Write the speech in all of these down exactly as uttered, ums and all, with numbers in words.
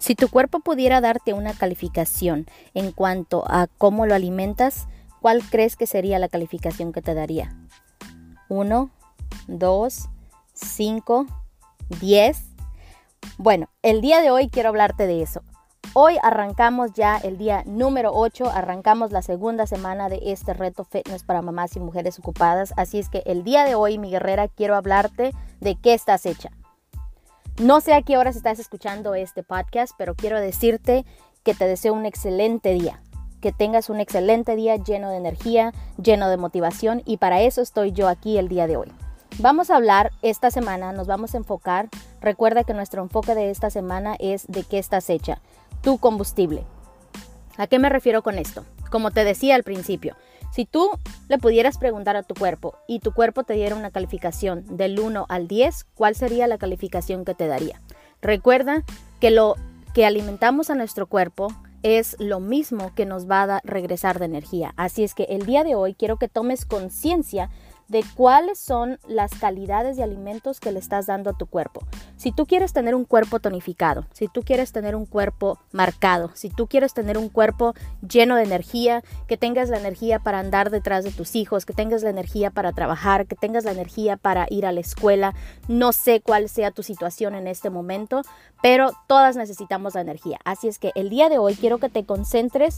Si tu cuerpo pudiera darte una calificación en cuanto a cómo lo alimentas, ¿cuál crees que sería la calificación que te daría? ¿Uno, dos, cinco, diez? Bueno, el día de hoy quiero hablarte de eso. Hoy arrancamos ya el día número ocho, arrancamos la segunda semana de este reto fitness para mamás y mujeres ocupadas. Así es que el día de hoy, mi guerrera, quiero hablarte de qué estás hecha. No sé a qué horas estás escuchando este podcast, pero quiero decirte que te deseo un excelente día. Que tengas un excelente día lleno de energía, lleno de motivación, y para eso estoy yo aquí el día de hoy. Vamos a hablar esta semana, nos vamos a enfocar. Recuerda que nuestro enfoque de esta semana es de qué estás hecha, tu combustible. ¿A qué me refiero con esto? Como te decía al principio, si tú le pudieras preguntar a tu cuerpo y tu cuerpo te diera una calificación del uno al diez, ¿cuál sería la calificación que te daría? Recuerda que lo que alimentamos a nuestro cuerpo es lo mismo que nos va a dar, regresar de energía. Así es que el día de hoy quiero que tomes conciencia de cuáles son las calidades de alimentos que le estás dando a tu cuerpo. Si tú quieres tener un cuerpo tonificado, si tú quieres tener un cuerpo marcado, si tú quieres tener un cuerpo lleno de energía, que tengas la energía para andar detrás de tus hijos, que tengas la energía para trabajar, que tengas la energía para ir a la escuela, no sé cuál sea tu situación en este momento, pero todas necesitamos la energía. Así es que el día de hoy quiero que te concentres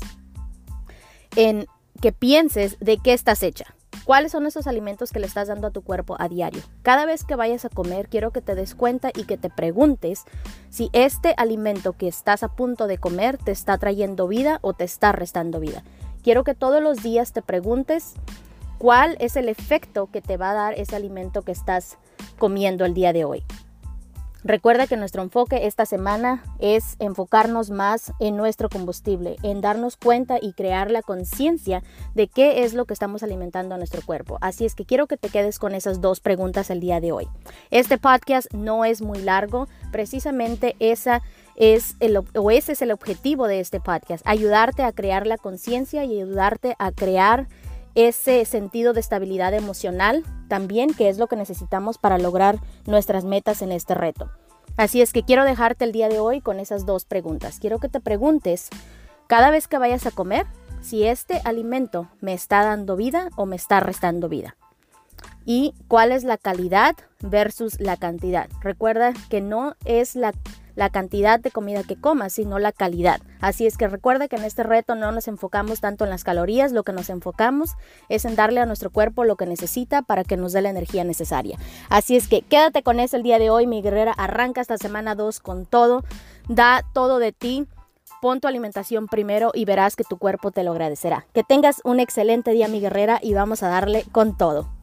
en que pienses de qué estás hecha. ¿Cuáles son esos alimentos que le estás dando a tu cuerpo a diario? Cada vez que vayas a comer, quiero que te des cuenta y que te preguntes si este alimento que estás a punto de comer te está trayendo vida o te está restando vida. Quiero que todos los días te preguntes cuál es el efecto que te va a dar ese alimento que estás comiendo el día de hoy. Recuerda que nuestro enfoque esta semana es enfocarnos más en nuestro combustible, en darnos cuenta y crear la conciencia de qué es lo que estamos alimentando a nuestro cuerpo. Así es que quiero que te quedes con esas dos preguntas el día de hoy. Este podcast no es muy largo, precisamente esa es el, o ese es el objetivo de este podcast, ayudarte a crear la conciencia y ayudarte a crear ese sentido de estabilidad emocional también, que es lo que necesitamos para lograr nuestras metas en este reto. Así es que quiero dejarte el día de hoy con esas dos preguntas. Quiero que te preguntes cada vez que vayas a comer si este alimento me está dando vida o me está restando vida. Y cuál es la calidad versus la cantidad. Recuerda que no es la la cantidad de comida que comas, sino la calidad. Así es que recuerda que en este reto no nos enfocamos tanto en las calorías, lo que nos enfocamos es en darle a nuestro cuerpo lo que necesita para que nos dé la energía necesaria. Así es que quédate con eso el día de hoy, mi guerrera. Arranca esta semana dos con todo, da todo de ti, pon tu alimentación primero y verás que tu cuerpo te lo agradecerá. Que tengas un excelente día, mi guerrera, y vamos a darle con todo.